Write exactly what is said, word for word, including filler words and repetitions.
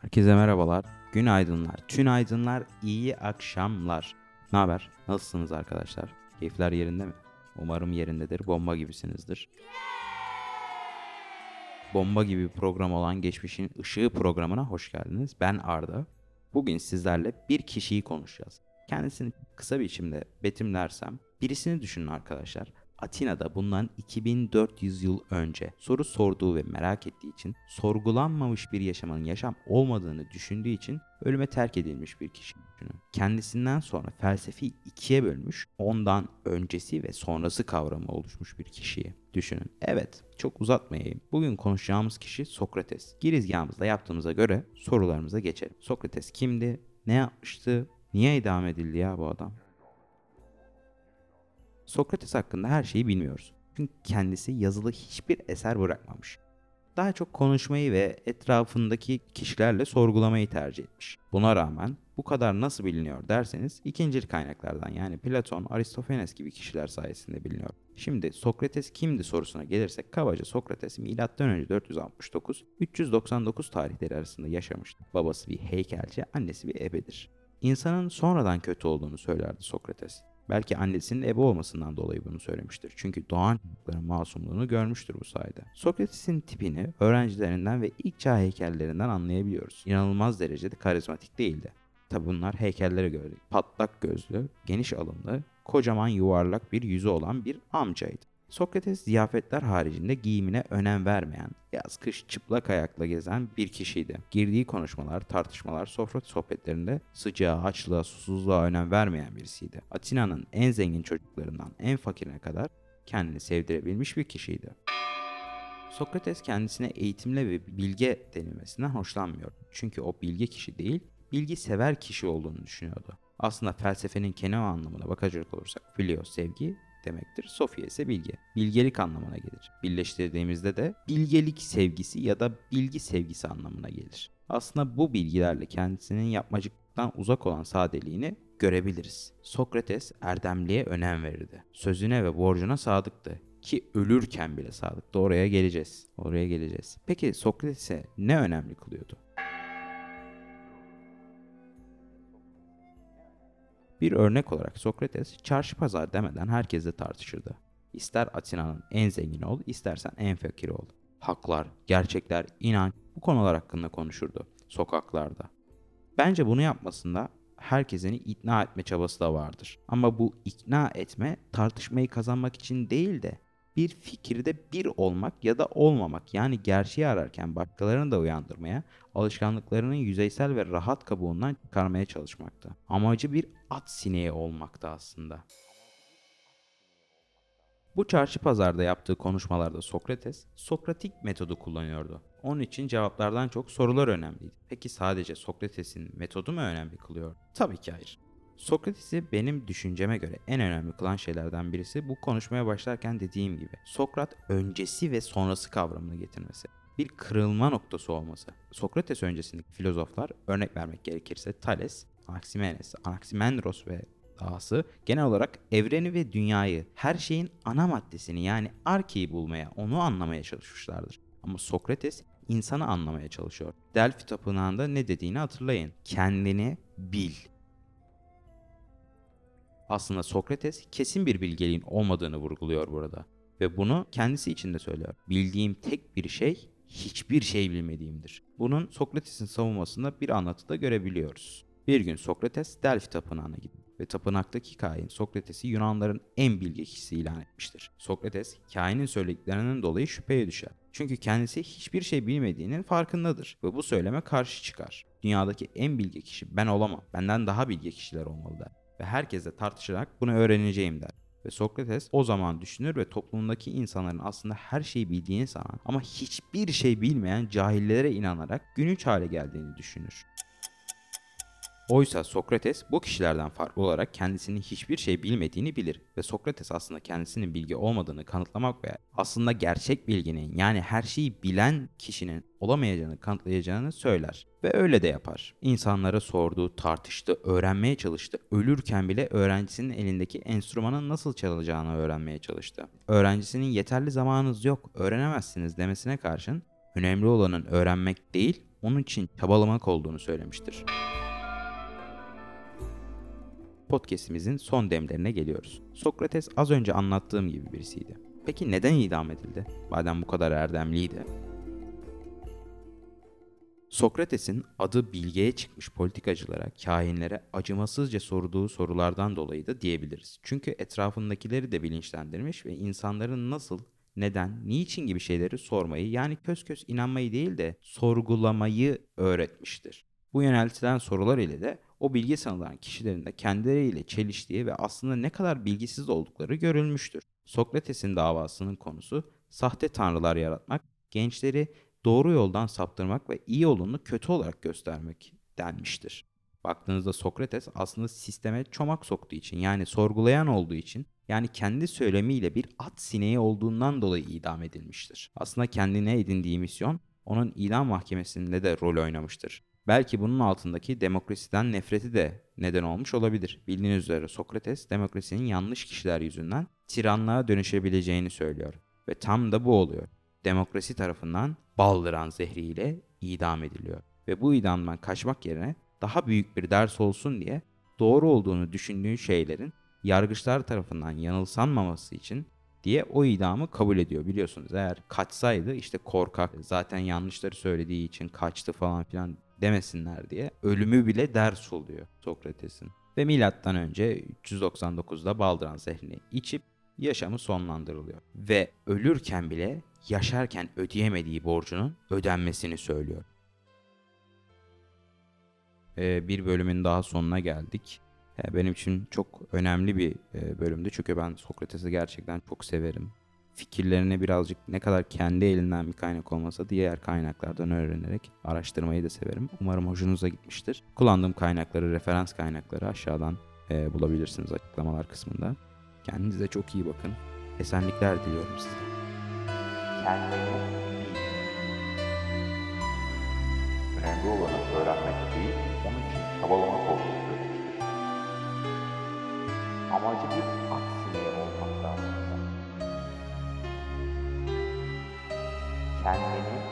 Herkese merhabalar, günaydınlar, tünaydınlar, iyi akşamlar. Ne haber? Nasılsınız arkadaşlar? Keyifler yerinde mi? Umarım yerindedir, bomba gibisinizdir. Bomba gibi bir program olan Geçmişin Işığı programına hoş geldiniz. Ben Arda. Bugün sizlerle bir kişiyi konuşacağız. Kendisini kısa bir biçimde betimlersem, birisini düşünün arkadaşlar. Atina'da bundan iki bin dört yüz yıl önce soru sorduğu ve merak ettiği için sorgulanmamış bir yaşamın yaşam olmadığını düşündüğü için ölüme terk edilmiş bir kişi düşünün. Kendisinden sonra felsefeyi ikiye bölmüş, ondan öncesi ve sonrası kavramı oluşmuş bir kişiyi düşünün. Evet, çok uzatmayayım. Bugün konuşacağımız kişi Sokrates. Girizgahımızda yaptığımıza göre sorularımıza geçelim. Sokrates kimdi? Ne yapmıştı? Niye idam edildi ya bu adam? Sokrates hakkında her şeyi bilmiyoruz. Çünkü kendisi yazılı hiçbir eser bırakmamış. Daha çok konuşmayı ve etrafındaki kişilerle sorgulamayı tercih etmiş. Buna rağmen bu kadar nasıl biliniyor derseniz ikincil kaynaklardan yani Platon, Aristofanes gibi kişiler sayesinde biliniyor. Şimdi Sokrates kimdi sorusuna gelirsek kabaca Sokrates milattan önce dört yüz altmış dokuz üç yüz doksan dokuz tarihleri arasında yaşamıştır. Babası bir heykelci, annesi bir ebedir. İnsanın sonradan kötü olduğunu söylerdi Sokrates. Belki annesinin ebe olmasından dolayı bunu söylemiştir. Çünkü doğan çocukların masumluğunu görmüştür bu sayede. Sokrates'in tipini öğrencilerinden ve ilk çağ heykellerinden anlayabiliyoruz. İnanılmaz derecede karizmatik değildi. Tabi bunlar heykellere gördük. Patlak gözlü, geniş alımlı, kocaman yuvarlak bir yüzü olan bir amcaydı. Sokrates ziyafetler haricinde giyimine önem vermeyen, yaz kış çıplak ayakla gezen bir kişiydi. Girdiği konuşmalar, tartışmalar, sofra sohbetlerinde sıcağa, açlığa, susuzluğa önem vermeyen birisiydi. Atina'nın en zengin çocuklarından en fakirine kadar kendini sevdirebilmiş bir kişiydi. Sokrates kendisine eğitimli ve bilge denilmesinden hoşlanmıyor. Çünkü o bilge kişi değil, bilgi sever kişi olduğunu düşünüyordu. Aslında felsefenin kelime anlamına bakacak olursak philios sevgi demektir. Sofia ise bilgi. Bilgelik anlamına gelir. Birleştirdiğimizde de bilgelik sevgisi ya da bilgi sevgisi anlamına gelir. Aslında bu bilgilerle kendisinin yapmacıktan uzak olan sadeliğini görebiliriz. Sokrates erdemliğe önem verirdi. Sözüne ve borcuna sadıktı ki ölürken bile sadıktı. Oraya geleceğiz. Oraya geleceğiz. Peki Sokrates'e ne önemli kılıyordu? Bir örnek olarak Sokrates çarşı pazar demeden herkesle tartışırdı. İster Atina'nın en zengini ol, istersen en fakiri ol. Haklar, gerçekler, inanç bu konular hakkında konuşurdu sokaklarda. Bence bunu yapmasında herkesini ikna etme çabası da vardır. Ama bu ikna etme tartışmayı kazanmak için değil de bir fikirde bir olmak ya da olmamak yani gerçeği ararken başkalarını da uyandırmaya, alışkanlıklarının yüzeysel ve rahat kabuğundan çıkarmaya çalışmaktı. Amacı bir at sineği olmakta aslında. Bu çarşı pazarda yaptığı konuşmalarda Sokrates, Sokratik metodu kullanıyordu. Onun için cevaplardan çok sorular önemliydi. Peki sadece Sokrates'in metodu mu önemli kılıyor? Tabii ki hayır. Sokrates'i benim düşünceme göre en önemli kılan şeylerden birisi bu konuşmaya başlarken dediğim gibi Sokrat öncesi ve sonrası kavramını getirmesi. Bir kırılma noktası olması. Sokrates öncesindeki filozoflar örnek vermek gerekirse Thales, Anaximenes, Anaximandros ve dahası genel olarak evreni ve dünyayı, her şeyin ana maddesini yani arkeyi bulmaya, onu anlamaya çalışmışlardır. Ama Sokrates insanı anlamaya çalışıyor. Delphi Tapınağı'nda ne dediğini hatırlayın. Kendini bil. Aslında Sokrates kesin bir bilgeliğin olmadığını vurguluyor burada. Ve bunu kendisi için de söylüyor. Bildiğim tek bir şey hiçbir şey bilmediğimdir. Bunun Sokrates'in savunmasında bir anlatıda görebiliyoruz. Bir gün Sokrates Delphi Tapınağı'na gidiyor ve tapınaktaki kahin Sokrates'i Yunanların en bilge kişisi ilan etmiştir. Sokrates, kahinin söylediklerinin dolayı şüpheye düşer. Çünkü kendisi hiçbir şey bilmediğinin farkındadır ve bu söyleme karşı çıkar. Dünyadaki en bilge kişi ben olamam, benden daha bilge kişiler olmalı der ve herkesle tartışarak bunu öğreneceğim der. Ve Sokrates o zaman düşünür ve toplumdaki insanların aslında her şeyi bildiğini sanan ama hiçbir şey bilmeyen cahillere inanarak günüç hale geldiğini düşünür. Oysa Sokrates bu kişilerden farklı olarak kendisinin hiçbir şey bilmediğini bilir ve Sokrates aslında kendisinin bilgi olmadığını kanıtlamak veya aslında gerçek bilginin yani her şeyi bilen kişinin olamayacağını kanıtlayacağını söyler ve öyle de yapar. İnsanlara sordu, tartıştı, öğrenmeye çalıştı. Ölürken bile öğrencisinin elindeki enstrümanın nasıl çalacağını öğrenmeye çalıştı. Öğrencisinin yeterli zamanınız yok, öğrenemezsiniz demesine karşın önemli olanın öğrenmek değil, onun için çabalamak olduğunu söylemiştir. Podcast'imizin son demlerine geliyoruz. Sokrates az önce anlattığım gibi birisiydi. Peki neden idam edildi? Madem bu kadar erdemliydi. Sokrates'in adı bilgeye çıkmış politikacılara, kahinlere acımasızca sorduğu sorulardan dolayı da diyebiliriz. Çünkü etrafındakileri de bilinçlendirmiş ve insanların nasıl, neden, niçin gibi şeyleri sormayı, yani kös kös inanmayı değil de sorgulamayı öğretmiştir. Bu yöneltilen sorular ile de o bilgi sanılan kişilerin de kendileriyle çeliştiği ve aslında ne kadar bilgisiz oldukları görülmüştür. Sokrates'in davasının konusu sahte tanrılar yaratmak, gençleri doğru yoldan saptırmak ve iyi olanı kötü olarak göstermek denmiştir. Baktığınızda Sokrates aslında sisteme çomak soktuğu için, yani sorgulayan olduğu için, yani kendi söylemiyle bir at sineği olduğundan dolayı idam edilmiştir. Aslında kendine edindiği misyon onun idam mahkemesinde de rol oynamıştır. Belki bunun altındaki demokrasiden nefreti de neden olmuş olabilir. Bildiğiniz üzere Sokrates demokrasinin yanlış kişiler yüzünden tiranlığa dönüşebileceğini söylüyor. Ve tam da bu oluyor. Demokrasi tarafından baldıran zehriyle idam ediliyor. Ve bu idamdan kaçmak yerine daha büyük bir ders olsun diye doğru olduğunu düşündüğü şeylerin yargıçlar tarafından yanılsanmaması için diye o idamı kabul ediyor. Biliyorsunuz, eğer kaçsaydı işte korkak, zaten yanlışları söylediği için kaçtı falan filan demesinler diye ölümü bile ders oluyor Sokrates'in. Ve milattan önce üç yüz doksan dokuzda baldıran zehrini içip yaşamı sonlandırılıyor. Ve ölürken bile yaşarken ödeyemediği borcunun ödenmesini söylüyor. Ee, bir bölümün daha sonuna geldik. Ee, benim için çok önemli bir e, bölümdü. Çünkü ben Sokrates'i gerçekten çok severim. Fikirlerini birazcık, ne kadar kendi elinden bir kaynak olmasa, diğer kaynaklardan öğrenerek araştırmayı da severim. Umarım hoşunuza gitmiştir. Kullandığım kaynakları, referans kaynakları aşağıdan e, bulabilirsiniz açıklamalar kısmında. Kendinize çok iyi bakın. Esenlikler diliyorum size. Kendini bil. Önemli olanı öğrenmek değil, onun için çabalamak olduğunu söylemiştir. Amacı bir at sineği olmakta aslında. Kendini